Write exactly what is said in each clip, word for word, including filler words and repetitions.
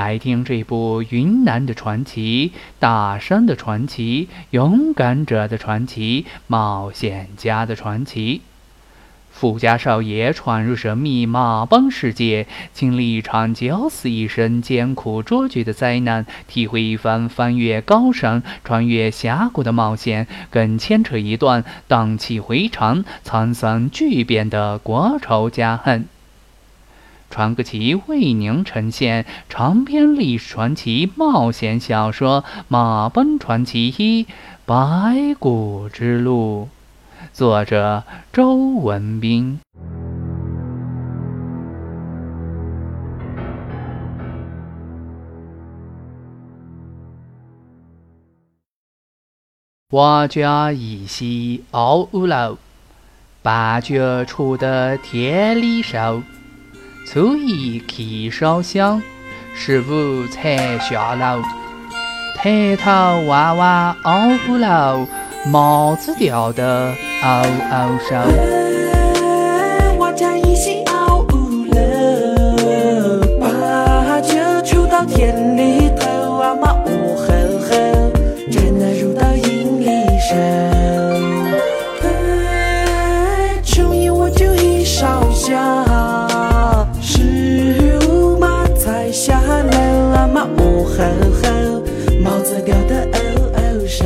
来听这部云南的传奇、大山的传奇、勇敢者的传奇、冒险家的传奇。富家少爷闯入神秘马帮世界，经历一场九死一生、艰苦卓绝的灾难，体会一番翻越高山、穿越峡谷的冒险，更牵扯一段荡气回肠、沧桑巨变的国仇家恨。传个奇为您呈现长篇历史传奇冒险小说《马奔传奇一：白骨之路》，作者周文斌。我家一夕熬五楼，八九出的田里收。初一起烧香，十五才下楼。抬头娃娃熬五楼，帽子掉的嗷嗷手。 我家一夕熬五楼，八九出到田里头啊，马呜吼吼，真的入到营里手。初一我就一烧香。下楼啊，马呜吼吼，帽子掉的哦哦手。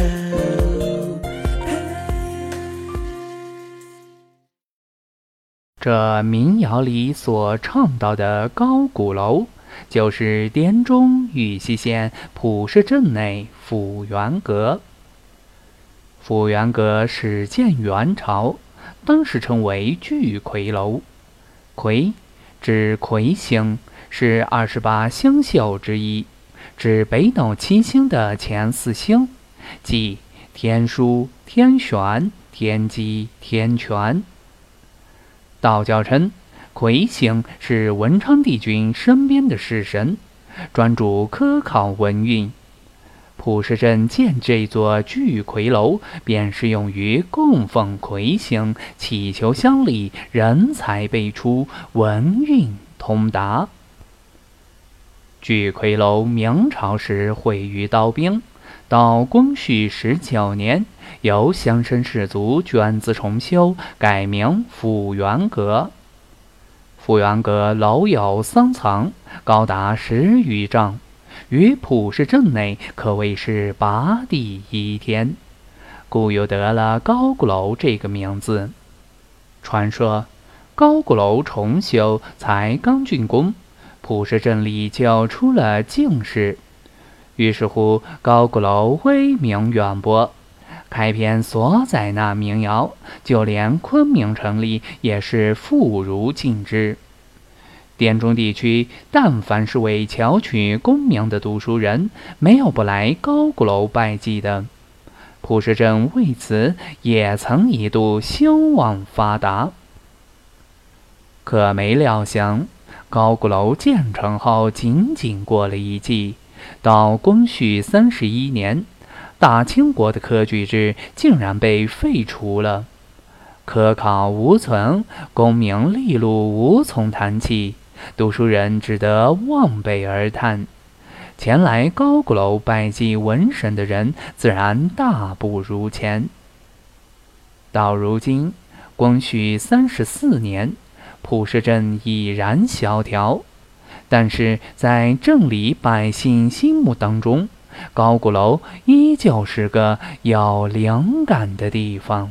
这民谣里所唱到的高鼓楼，就是滇中玉溪县普氏镇内府元阁。府元阁始建元朝，当时称为巨魁楼。魁指魁星，是二十八星宿之一，指北斗七星的前四星，即天枢、天璇、天机、天权。道教称魁星是文昌帝君身边的式神，专注科考文运。普氏镇建这座巨魁楼，便是用于供奉魁星，祈求乡里人才辈出，文运通达。巨魁楼明朝时毁于刀兵，到光绪十九年，由乡绅士族捐资重修，改名府元阁。府元阁楼有三层，高达十余丈，于普氏镇内可谓是拔地一天，故又得了高鼓楼这个名字。传说高鼓楼重修才刚竣工，普氏镇里就出了进士，于是乎高鼓楼威名远播，开篇所载那民谣，就连昆明城里也是妇孺尽知。滇中地区但凡是为求取功名的读书人，没有不来高鼓楼拜祭的。普氏镇为此也曾一度兴旺发达。可没料想，高鼓楼建成后仅仅过了一季，到光绪三十一年，大清国的科举制竟然被废除了，科考无存，功名利禄无从谈起，读书人只得望背而叹。前来高鼓楼拜祭文神的人自然大不如前。到如今光绪三十四年，普氏镇已然萧条，但是在镇里百姓心目当中，高鼓楼依旧是个有灵感的地方。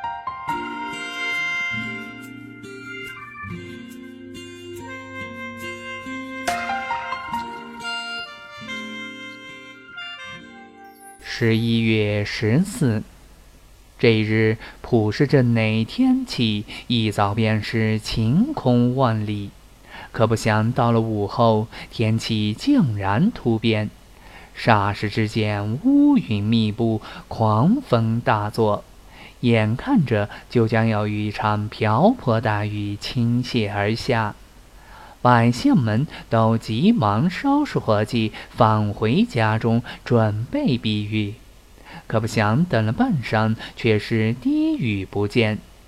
十一月十四，这日普氏镇内天气一早便是晴空万里，可不想到了午后，天气竟然突变，霎时之间乌云密布，狂风大作，眼看着就将有一场瓢泼大雨倾泻而下。百姓们都急忙收拾活计，返回家中准备避雨。可不想等了半晌，却是滴雨不见。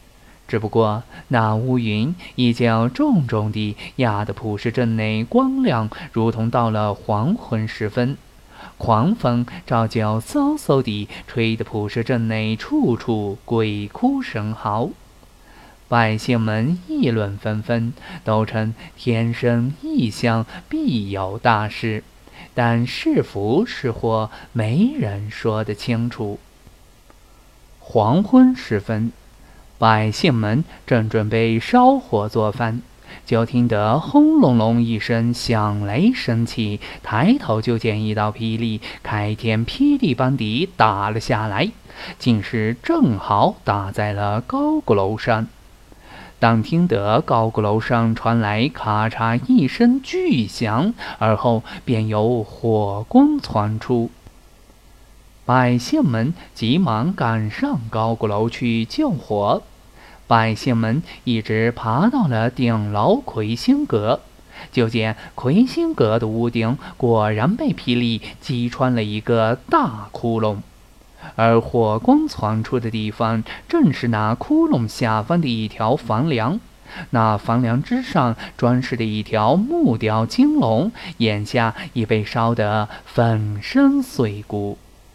只不过那乌云已经重重地压得普什镇内光亮如同到了黄昏时分，狂风照旧嗖嗖地吹得普什镇内处处鬼哭神嚎。百姓们议论纷纷，都称天生异象，必有大事，但是福是祸，没人说得清楚。黄昏时分，百姓们正准备烧火做饭，就听得轰隆隆一声响雷声起，抬头就见一道霹雳开天霹雳般地打了下来，竟是正好打在了高鼓楼上。当听得高鼓楼上传来咔嚓一声巨响，而后便有火光窜出。百姓们急忙赶上高鼓楼去救火。百姓们一直爬到了顶楼魁星阁，就见魁星阁的屋顶果然被霹雳击穿了一个大窟窿，而火光窜出的地方正是那窟窿下方的一条房梁，那房梁之上装饰的一条木雕金龙，眼下已被烧得粉身碎骨。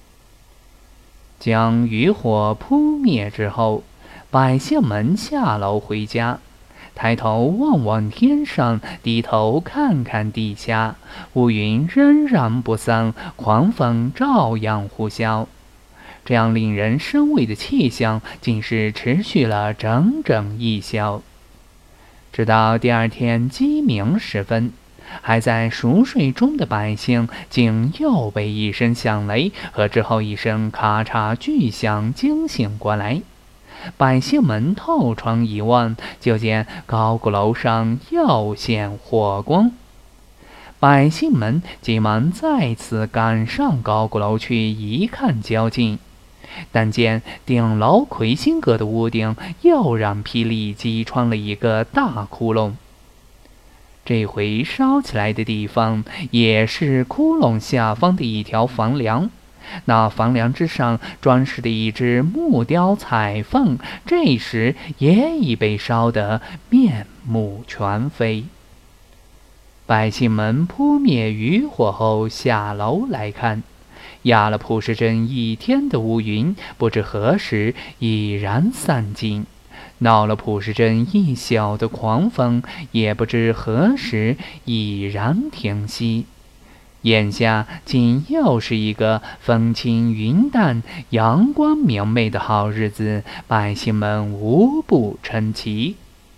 将余火扑灭之后，百姓们下楼回家，抬头望望天上，低头看看地下，乌云仍然不散，狂风照样呼啸。这样令人生畏的气象竟是持续了整整一宵。直到第二天鸡鸣时分，还在熟睡中的百姓竟又被一声响雷和之后一声咔嚓巨响惊醒过来。百姓们透窗一望，就见高鼓楼上又现火光。百姓们急忙再次赶上高鼓楼去一看究竟，但见顶楼魁星阁的屋顶又让霹雳击穿了一个大窟窿。这回烧起来的地方也是窟窿下方的一条房梁，那房梁之上装饰的一只木雕彩凤，这时也已被烧得面目全非。百姓们扑灭余火后下楼来看，压了普什镇一天的乌云不知何时已然散尽，闹了普什镇一宿的狂风也不知何时已然停息。眼下竟又是一个风轻云淡、阳光明媚的好日子，百姓们无不称奇。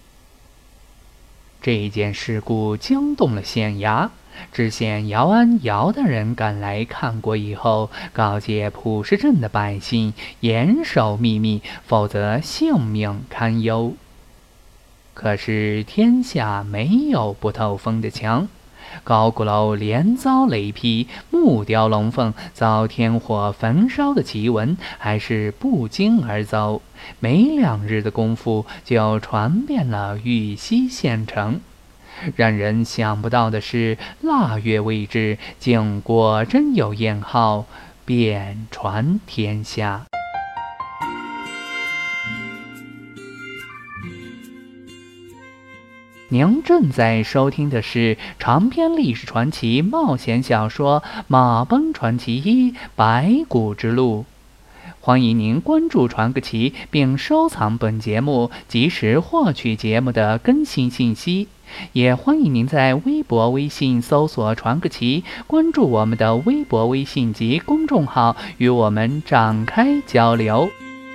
这件事故惊动了县衙，知县姚安姚大人赶来看过以后，告诫普什镇的百姓严守秘密，否则性命堪忧。可是天下没有不透风的墙，高鼓楼连遭雷劈，木雕龙凤遭天火焚烧的奇闻还是不胫而走，没两日的功夫就传遍了玉溪县城。让人想不到的是，腊月未至，竟果真有谚号遍传天下。您正在收听的是长篇历史传奇冒险小说《马崩传奇一：白骨之路》。欢迎您关注传个奇，并收藏本节目，及时获取节目的更新信息。也欢迎您在微博、微信搜索传个奇，关注我们的微博、微信及公众号，与我们展开交流。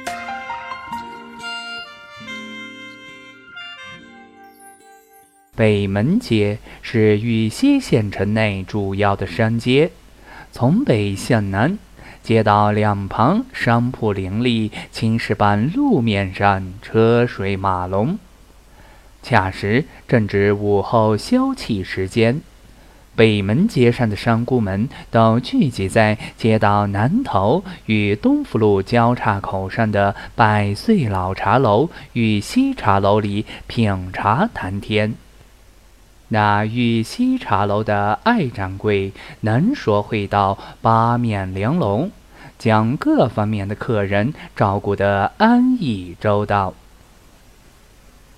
北门街是玉溪县城内主要的商街，从北向南，街道两旁商铺林立，青石板路面上车水马龙。恰时正值午后休憩时间，北门街上的商贾们都聚集在街道南头与东福路交叉口上的百岁老茶楼玉溪茶楼里品茶谈天。那玉溪茶楼的艾掌柜能说会道，八面玲珑，将各方面的客人照顾得安逸周到。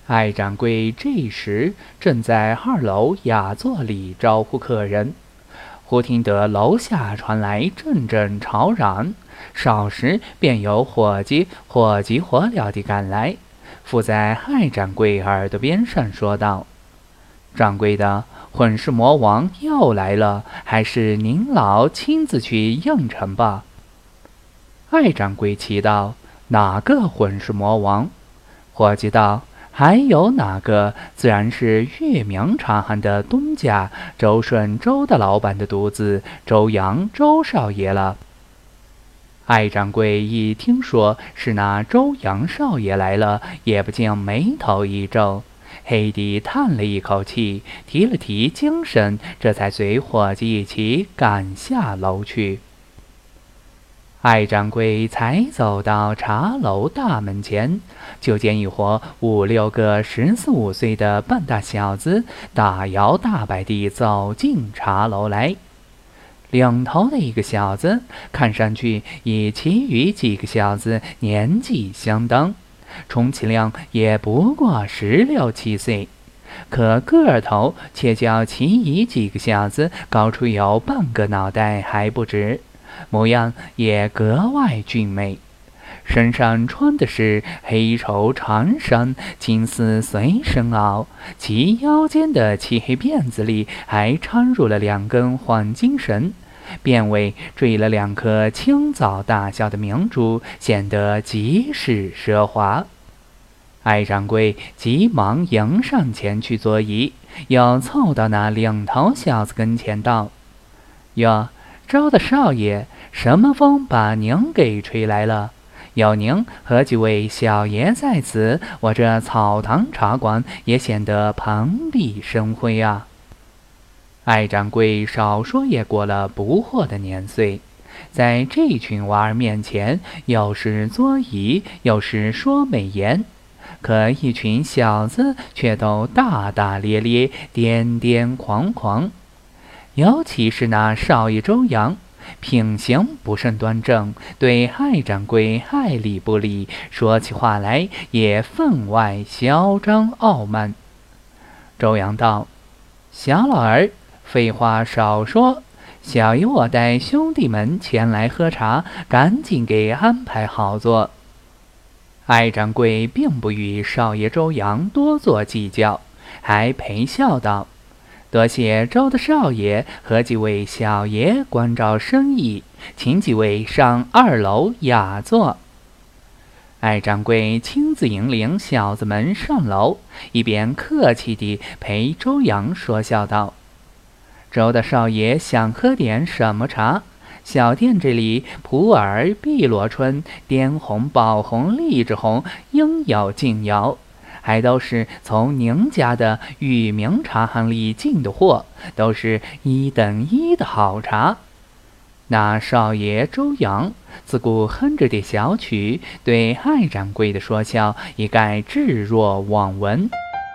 艾掌柜这时正在二楼雅座里招呼客人，忽听得楼下传来阵阵吵嚷，少时便有伙计火急火燎地赶来，附在艾掌柜耳朵边上说道：“掌柜的，混世魔王又来了，还是您老亲自去应承吧。”艾掌柜奇道：“哪个混世魔王？”伙计道：“还有哪个？自然是月明茶行的东家周顺周大老板的独子周阳周少爷了。”艾掌柜一听说是那周阳少爷来了，也不禁眉头一皱，嘿地叹了一口气，提了提精神，这才随伙计一起赶下楼去。艾掌柜才走到茶楼大门前，就见一伙五六个十四五岁的半大小子大摇大摆地走进茶楼来。领头的一个小子看上去与其余几个小子年纪相当，充其量也不过十六七岁，可个头却较其余几个小子高出有半个脑袋还不止，模样也格外俊美，身上穿的是黑绸长衫，金丝随身袄，其腰间的漆黑辫子里还掺入了两根黄金绳，辫尾缀了两颗青枣大小的明珠，显得极是奢华。艾掌柜急忙迎上前去作揖，又凑到那领头小子跟前道：“哟，周大少爷，什么风把您给吹来了？有您和几位小爷在此，我这草堂茶馆也显得蓬荜生辉啊！”艾掌柜少说也过了不惑的年岁，在这群娃儿面前，又是作揖，又是说美言，可一群小子却都大大咧咧，癫癫狂狂。尤其是那少爷周阳，品行不甚端正，对艾掌柜爱理不理，说起话来也分外嚣张傲慢。周阳道：“小老儿，废话少说，小爷我带兄弟们前来喝茶，赶紧给安排好座。”艾掌柜并不与少爷周阳多做计较，还陪笑道：“多谢周大少爷和几位小爷关照生意，请几位上二楼雅座。”艾掌柜亲自引领小子们上楼，一边客气地陪周阳说笑道：“周大少爷想喝点什么茶？小店这里普洱、碧螺春、滇红、宝红、荔枝红应有尽有，还都是从您家的裕明茶行里进的货，都是一等一的好茶。”那少爷周阳自顾哼着点小曲，对艾掌柜的说笑一概置若罔闻。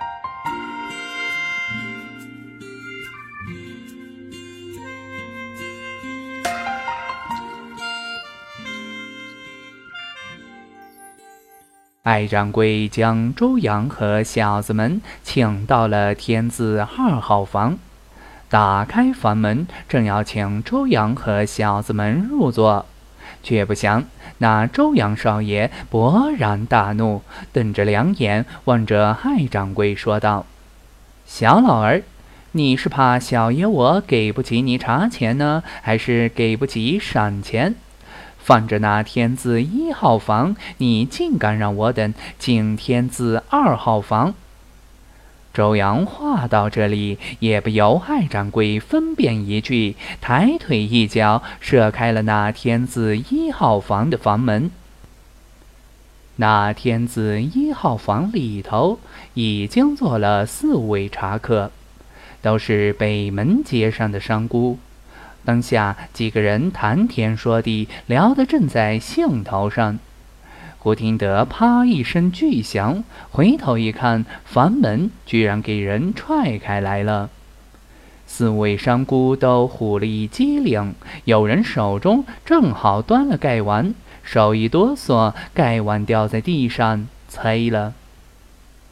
艾掌柜将周阳和小子们请到了天字二号房，打开房门，正要请周阳和小子们入座，却不想那周阳少爷勃然大怒，瞪着两眼望着艾掌柜说道：“小老儿，你是怕小爷我给不起你茶钱呢，还是给不起赏钱？放着那天字一号房，你竟敢让我等进天字二号房？”周阳话到这里，也不由艾掌柜分辨一句，抬腿一脚射开了那天字一号房的房门。那天字一号房里头已经坐了四五位茶客，都是北门街上的商贾。当下几个人谈天说地，聊得正在兴头上，忽听得啪一声巨响，回头一看，房门居然给人踹开来了。四位商贾都唬了一激灵，有人手中正好端了盖碗，手一哆嗦，盖碗掉在地上，碎了。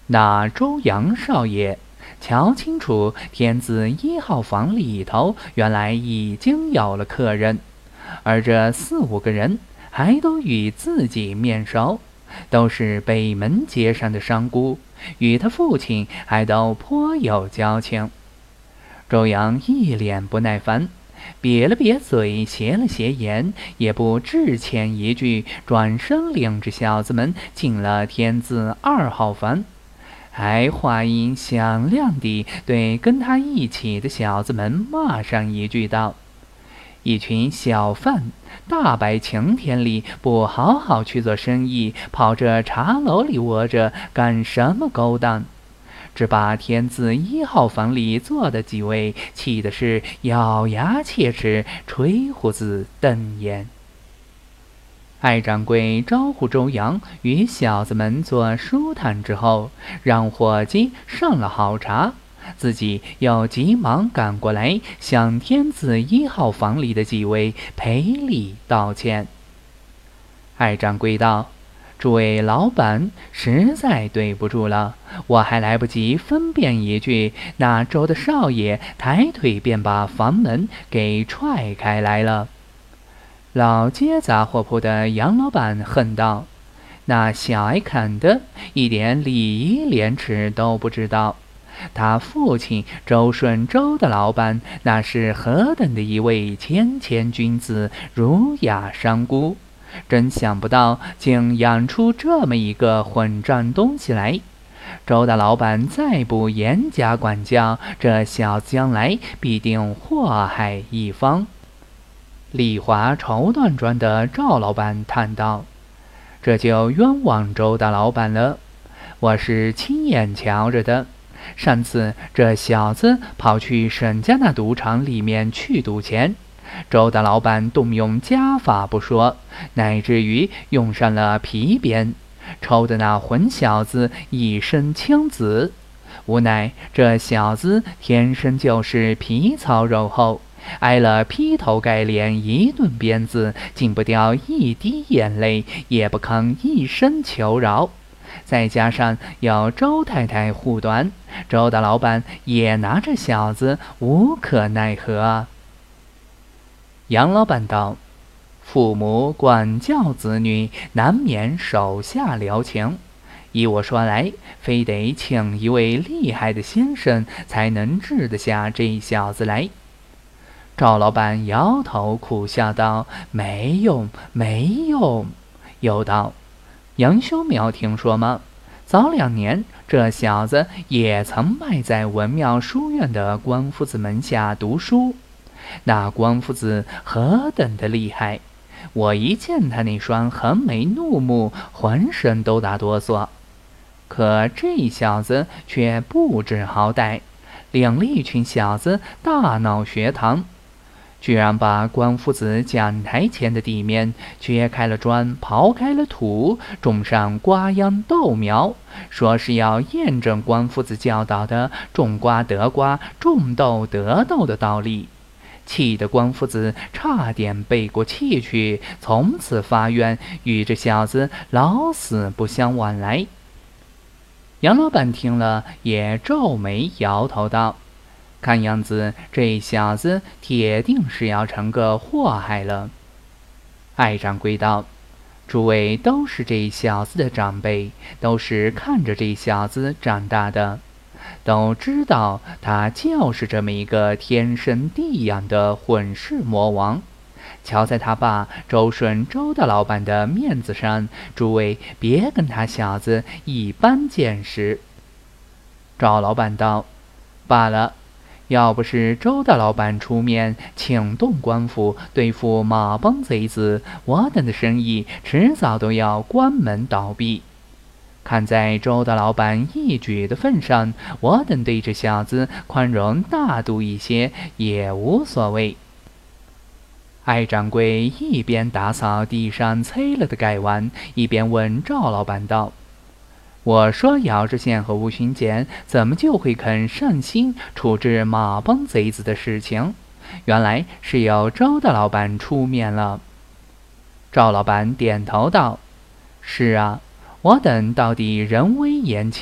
那周阳少爷瞧清楚，天字一号房里头原来已经有了客人，而这四五个人还都与自己面熟，都是北门街上的商贾，与他父亲还都颇有交情。周阳一脸不耐烦，瘪了瘪嘴，斜了斜眼，也不致歉一句，转身领着小子们进了天字二号房，还话音响亮地对跟他一起的小子们骂上一句道：“一群小贩，大白晴天里不好好去做生意，跑这茶楼里窝着干什么勾当？”只把天字一号房里坐的几位气的是咬牙切齿，吹胡子瞪眼。艾掌柜招呼周阳与小子们做舒坦之后，让伙计上了好茶，自己又急忙赶过来向天字一号房里的几位赔礼道歉。艾掌柜道：“诸位老板，实在对不住了，我还来不及分辨一句，那周的少爷抬腿便把房门给踹开来了。”老街杂货铺的杨老板恨道：“那小爱看的一点礼仪廉耻都不知道，他父亲周顺周的老板那是何等的一位谦谦君子，儒雅商贾，真想不到竟养出这么一个混账东西来。周大老板再不严加管教，这小子将来必定祸害一方。”丽华绸缎庄的赵老板叹道：“这就冤枉周大老板了，我是亲眼瞧着的。上次这小子跑去沈家那赌场里面去赌钱，周大老板动用家法不说，乃至于用上了皮鞭，抽的那混小子一身青紫。无奈这小子天生就是皮糙肉厚，挨了劈头盖脸一顿鞭子，禁不掉一滴眼泪，也不吭一声求饶。再加上有周太太护短，周大老板也拿这小子无可奈何啊。”杨老板道：“父母管教子女，难免手下留情。依我说来，非得请一位厉害的先生，才能治得下这小子来。”赵老板摇头苦笑道：“没用，没用。”又道：“杨修苗听说吗？早两年这小子也曾拜在文庙书院的关夫子门下读书，那关夫子何等的厉害！我一见他那双横眉怒目，浑身都打哆嗦。可这小子却不知好歹，领了一群小子大闹学堂，居然把关夫子讲台前的地面掘开了砖，刨开了土，种上瓜秧豆苗，说是要验证关夫子教导的种瓜得瓜，种豆得豆的道理。气得关夫子差点背过气去，从此发愿与这小子老死不相往来。杨老板听了也皱眉摇头道：“看样子这小子铁定是要成个祸害了。”艾掌柜道：“诸位都是这小子的长辈，都是看着这小子长大的，都知道他就是这么一个天生地养的混世魔王。瞧在他爸周顺周大老板的面子上，诸位别跟他小子一般见识。”赵老板道：“罢了，要不是周大老板出面请动官府对付马帮贼子，我等的生意迟早都要关门倒闭。看在周大老板义举的份上，我等对这小子宽容大度一些也无所谓。”艾掌柜一边打扫地上催了的盖碗，一边问赵老板道：“我说姚知县和吴巡检怎么就会肯上心处置马帮贼子的事情？原来是由周大老板出面了。”赵老板点头道：“是啊，我等到底人微言轻，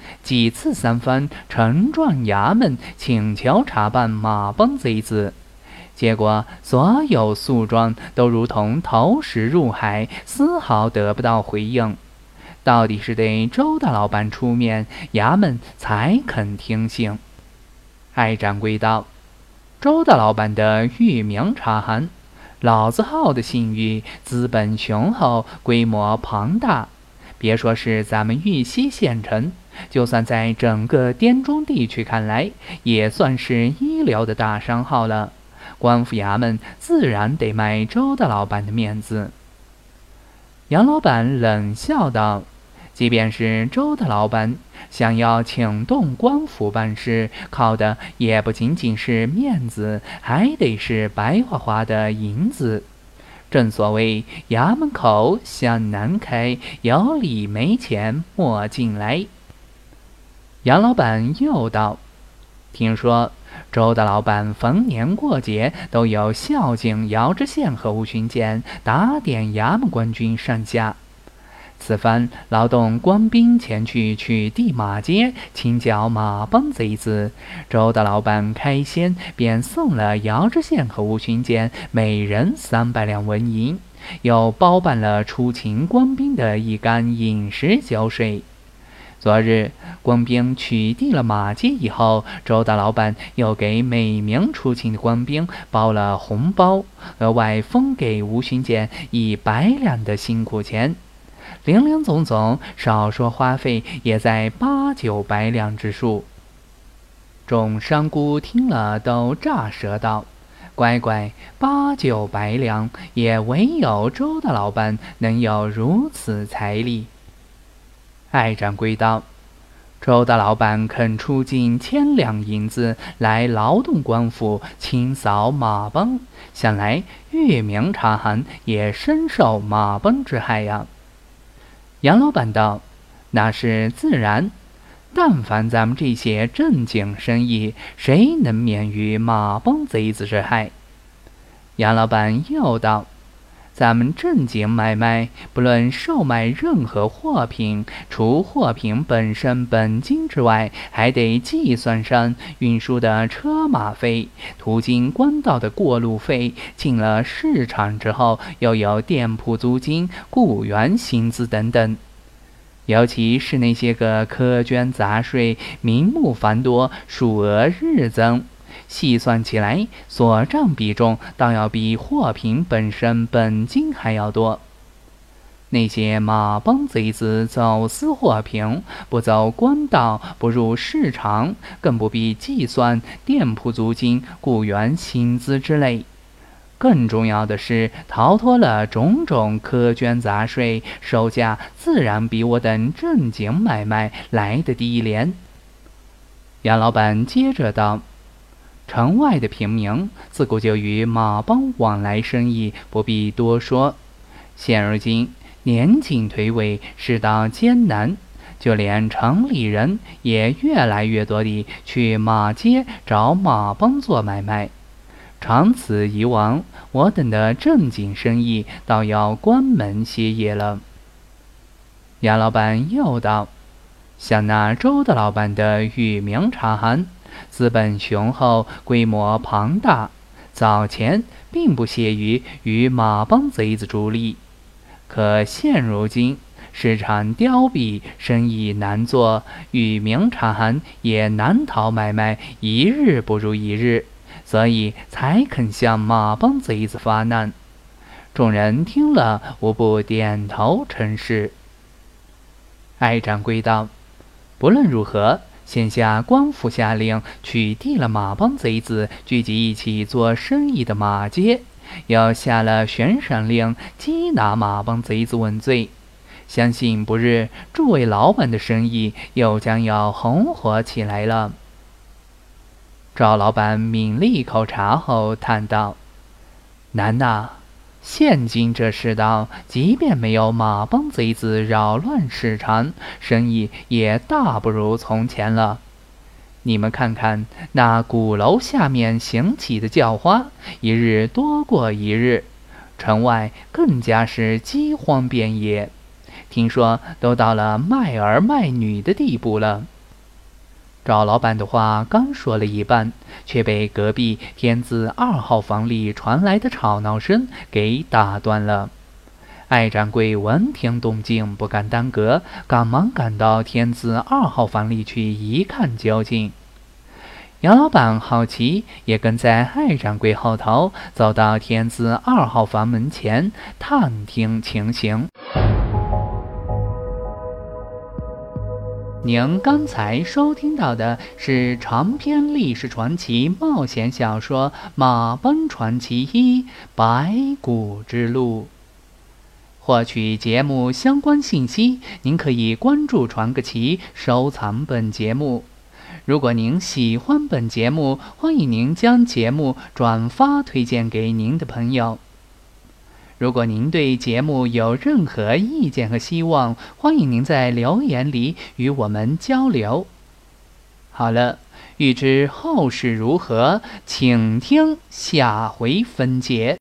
几次三番呈状衙门请求查办马帮贼子，结果所有诉状都如同投石入海，丝毫得不到回应。到底是得周大老板出面，衙门才肯听信。艾掌柜道：“周大老板的御名查函，老字号的信誉，资本雄厚，规模庞大。别说是咱们玉溪县城，就算在整个滇中地区看来，也算是一流的大商号了。官府衙门自然得卖周大老板的面子。”杨老板冷笑道：“即便是周大老板想要请动官府办事，靠的也不仅仅是面子，还得是白花花的银子。正所谓衙门口向南开，有理没钱莫进来。”杨老板又道：“听说周大老板逢年过节都有孝敬姚知县和吴巡检，打点衙门官军上下。此番劳动官兵前去取缔马街，清剿马帮贼子，周大老板开先便送了姚知县和吴巡检每人三百两纹银，又包办了出勤官兵的一干饮食酒水。昨日官兵取缔了马街以后，周大老板又给每名出勤的官兵包了红包，额外封给吴巡检一百两的辛苦钱。零零总总，少说花费也在八九百两之数。”众商姑听了都炸舌道：“乖乖，八九百两，也唯有周大老板能有如此财力。”艾掌柜道：“周大老板肯出近千两银子来劳动官府清扫马帮，想来御名查函也深受马帮之害呀。”杨老板道：“那是自然，但凡咱们这些正经生意，谁能免于马帮贼子之害？”杨老板又道：“咱们正经买卖，不论售卖任何货品，除货品本身本金之外，还得计算上运输的车马费、途经官道的过路费，进了市场之后，又有店铺租金、雇员薪资等等。尤其是那些个苛捐杂税，名目繁多，数额日增，细算起来，所占比重倒要比货品本身本金还要多。那些马帮贼子走私货品，不走官道，不入市场，更不必计算店铺租金、雇员薪资之类。更重要的是，逃脱了种种苛捐杂税，售价自然比我等正经买卖来得低廉。”杨老板接着道：“城外的平民自古就与马帮往来生意，不必多说。现如今年景颓萎，世道艰难，就连城里人也越来越多地去马街找马帮做买卖。长此以往，我等的正经生意倒要关门歇业了。”杨老板又道：“像那周大老板的御名查函，资本雄厚，规模庞大，早前并不屑于与马帮贼子逐利，可现如今市场凋敝，生意难做，御名查函也难逃买卖，一日不如一日，所以才肯向马帮贼子发难。”众人听了，无不点头称是。艾掌柜道：“不论如何，现下官府下令取缔了马帮贼子聚集一起做生意的马街，又下了悬赏令缉拿马帮贼子问罪。相信不日，诸位老板的生意又将要红火起来了。”赵老板抿了一口茶后叹道：“难呐，现今这世道，即便没有马帮贼子扰乱市场，生意也大不如从前了。你们看看那鼓楼下面行起的叫花，一日多过一日，城外更加是饥荒遍野，听说都到了卖儿卖女的地步了。 赵老板的话刚说了一半，却被隔壁天字二号房里传来的吵闹声给打断了。艾掌柜闻听动静，不敢耽搁，赶忙赶到天字二号房里去一看究竟。杨老板好奇，也跟在艾掌柜后头，走到天字二号房门前，探听情形。您刚才收听到的是长篇历史传奇冒险小说《马奔传奇一：白骨之路》。获取节目相关信息，您可以关注传个奇，收藏本节目。如果您喜欢本节目，欢迎您将节目转发推荐给您的朋友。如果您对节目有任何意见和希望，欢迎您在留言里与我们交流。好了，欲知后事如何，请听下回分解。